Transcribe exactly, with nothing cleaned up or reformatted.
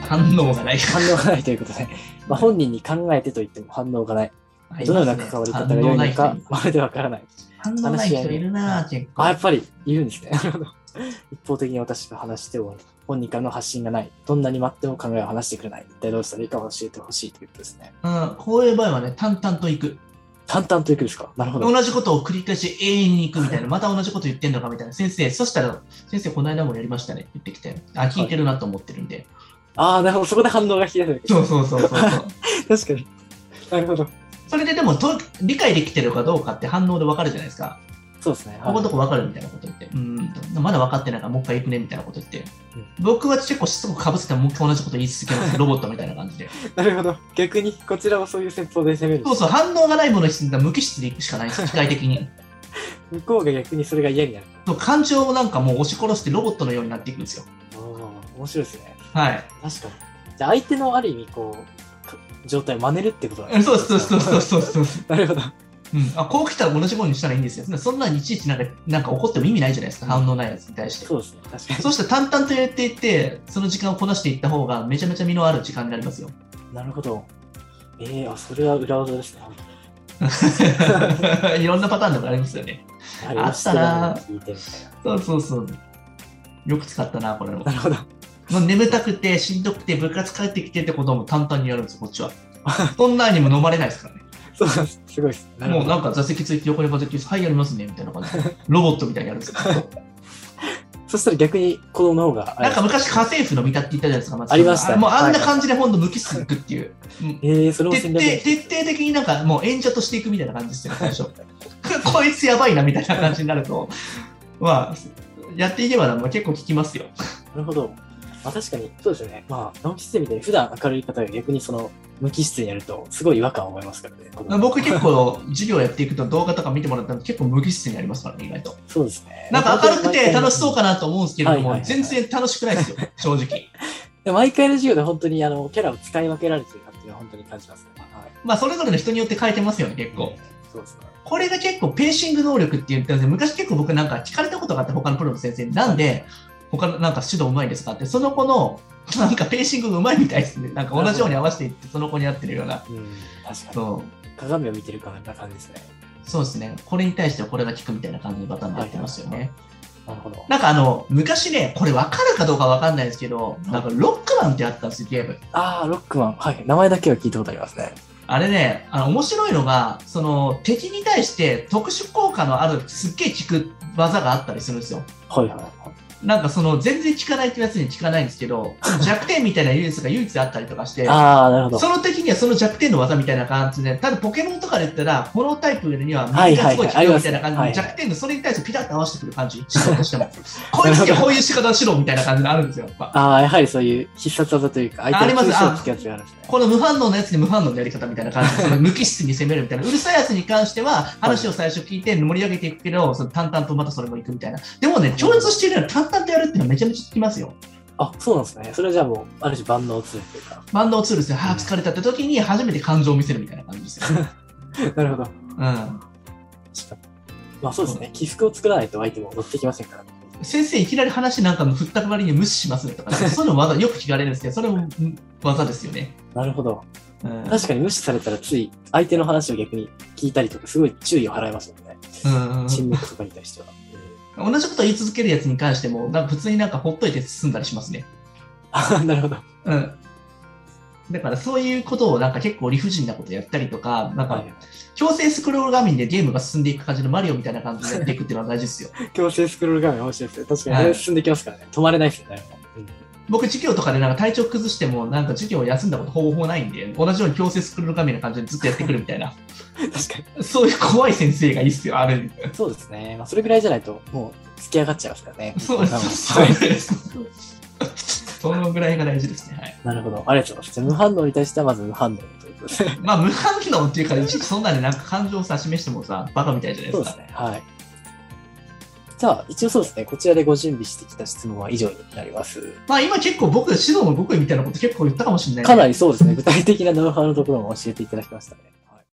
反応がない。 反応がないということで、まあ、本人に考えてと言っても反応がない。どのような関わり方が良いのか、まるでわからない。 反応ない人いるなぁ、結構。 あ、やっぱりいるんですね。なるほど。一方的に私が話しても、本人からの発信がない。どんなに待っても考えを話してくれない。一体どうしたらいいかを教えてほしいということですね。 うん、こういう場合はね、淡々と行く。 淡々と行くですか。なるほど。 同じことを繰り返し永遠に行くみたいな。また同じこと言ってんのかみたいな。先生、そしたら、先生、この間もやりましたね。言ってきて。あ、聞いてるなと思ってるんで。 はい、ああ、なるほど。そこで反応が引き出せる。 そうそうそうそうそう。確かに。なるほど。 それででもと、理解できてるかどうかって反応で分かるじゃないですか。 そうですね。はい、 ここどこ分かるみたいなこと言って。うん。まだ分かってないからもう一回行くねみたいなこと言って。うん、僕は結構しつこくかぶせてもう一回同じこと言い続けます。ロボットみたいな感じで。 なるほど。逆にこちらはそういう戦法で攻める。 そうそう。反応がないものにして無機質で行くしかないです。機械的に。 向こうが逆にそれが嫌になる。 そう、感情をなんかもう押し殺してロボットのようになっていくんですよ。 ああ、面白いですね。 はい。 確かに。じゃあ相手のある意味こう、状態を真似るってことなんですね。そうそうそうそうそうそう。 なるほど。 うん、あこう来たら同じものにしたらいいんですよ。そんなにいちいちなんかなんか怒っても意味ないじゃないですか、うん、反応ないやつに対して。 そうですね、確かに。 そして淡々とやっていって、その時間をこなしていった方がめちゃめちゃ身のある時間になりますよ。 なるほど。えー、あ、それは裏技ですね。 いろんなパターンとかありますよね。あったな。そうそうそう。よく使ったな、これも。 なるほど。 もう眠たくて、しんどくて、部活帰ってきてってことも淡々にやるんですよ、こっちは。そんなにも飲まれないですからね。 そうです。すごいです。 もうなんか座席ついて横に座席はい、やりますね、みたいな感じで。ロボットみたいにやるんですよ。 そしたら逆に子供の方が。 なんか昔家政婦の見たって言ったじゃないですか、まありました、ね。 もうあんな感じでほんと無機質にいくっていう。 えー、それも徹底徹底的になんかもう演者としていくみたいな感じですよ、最初。こいつやばいなみたいな感じになると、まあ、やっていけば結構効きますよ。 なるほど。まあ、確かに、そうですよね。まあ、直木先生みたいに普段明るい方が逆にその無機質にやると、すごい違和感を覚えますからね。 僕結構授業やっていくと動画とか見てもらったら結構無機質になりますからね、意外と。 そうですね。 なんか明るくて楽しそうかなと思うんですけれども、全然楽しくないですよ、正直。 で毎回の授業で本当にあのキャラを使い分けられてるなっていうのは本当に感じますね。はい、 まあ、それぞれの人によって変えてますよね、結構。 そうですね。これが結構ペーシング能力って言ってるんですよ。昔結構僕なんか聞かれたことがあって、他のプロの先生に。なんで、他のなんか指導うまいんですかって、その子のなんかペーシングうまいみたいですね。なんか同じように合わせていって、その子に合ってるような。 うん、確かに。 そう鏡を見てるかのような感じですね。 そうですね。これに対してはこれが効くみたいな感じのパターンでやってますよね。 なるほど。 なんかあの、昔ね、これ分かるかどうか分かんないですけど、なんかロックマンってあったんですよ、ゲーム。 ああ、ロックマン。はい。名前だけは聞いたことありますね。 あれね、あの面白いのが、その敵に対して特殊効果のあるすっげえ効く技があったりするんですよ。 はいはいはい。 なんかその全然効かないってやつに効かないんですけど、弱点みたいな技術が唯一あったりとかして、 ああ、なるほど。 その時にはその弱点の技みたいな感じで、ただポケモンとかで言ったら、フォロータイプには右がすごい効くみたいな感じで、弱点のそれに対してピタッと合わせてくる感じ、指導としても。こいつにこういう仕方しろみたいな感じがあるんですよ、やっぱ。 ああ、やはりそういう必殺技というか、相手の急所をつくやつがあるんですね。 この無反応のやつに無反応のやり方みたいな感じで、その無機質に攻めるみたいな、うるさいやつに関しては、話を最初聞いて盛り上げていくけど、その淡々とまたそれもいくみたいな。でもね、超越しているのは淡々とやるっていうのはめちゃめちゃ効きますよ。 あ、そうなんですね。それはじゃあもう、ある種万能ツールというか。 万能ツールですね。はあ、疲れたって時に初めて感情を見せるみたいな感じですよ。 なるほど。 うん。確かに。まあそうですね。起伏を作らないと相手も乗ってきませんからね。 先生いきなり話なんかの振ったくわりに無視しますねとか、ね、そういうの技よく聞かれるんですけど、それも技ですよね。 なるほど。 うん、 確かに無視されたらつい相手の話を逆に聞いたりとか、すごい注意を払いますもんね。うん、沈黙とかに対しては。 同じことを言い続けるやつに関しても、なんか普通になんかほっといて進んだりしますね。 あ、なるほど。 うん。だからそういうことをなんか結構理不尽なことやったりとか、なんか強制スクロール画面でゲームが進んでいく感じのマリオみたいな感じでやっていくっていうのは大事ですよ。 強制スクロール画面面白いですね。確かに進んでいきますからね。はい、止まれないですよね。うん、 僕授業とかでなんか体調崩してもなんか授業を休んだことほぼほぼないんで、同じように強制スクロール画面の感じでずっとやってくるみたいな。 確かに。 そういう怖い先生がいいっすよ、ある。 そうですね。まあそれぐらいじゃないともう突き上がっちゃいますからね。 そうです。そのぐらいが大事ですね。はい。 なるほど。ありがとうございます。無反応に対してはまず無反応ということですね。 まあ無反応っていうか、一時そんなになんか感情をさ示してもさ、バカみたいじゃないですか。 そうですね。はい。じゃあ、一応そうですね。こちらでご準備してきた質問は以上になります。 まあ今結構僕、指導の極意みたいなこと結構言ったかもしれない、ね。 かなりそうですね。具体的なノウハウのところも教えていただきましたね。